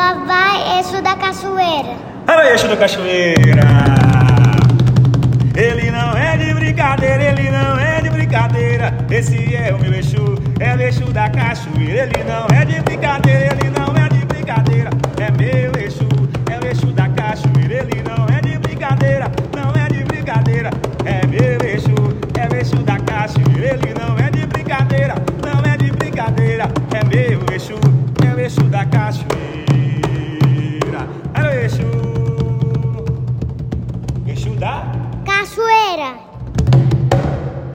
Lá vai Exu da Cachoeira. Alô, Exu da Cachoeira. Ele não é de brincadeira, ele não é de brincadeira. Esse é o meu Exu, é o Exu da Cachoeira. Ele não é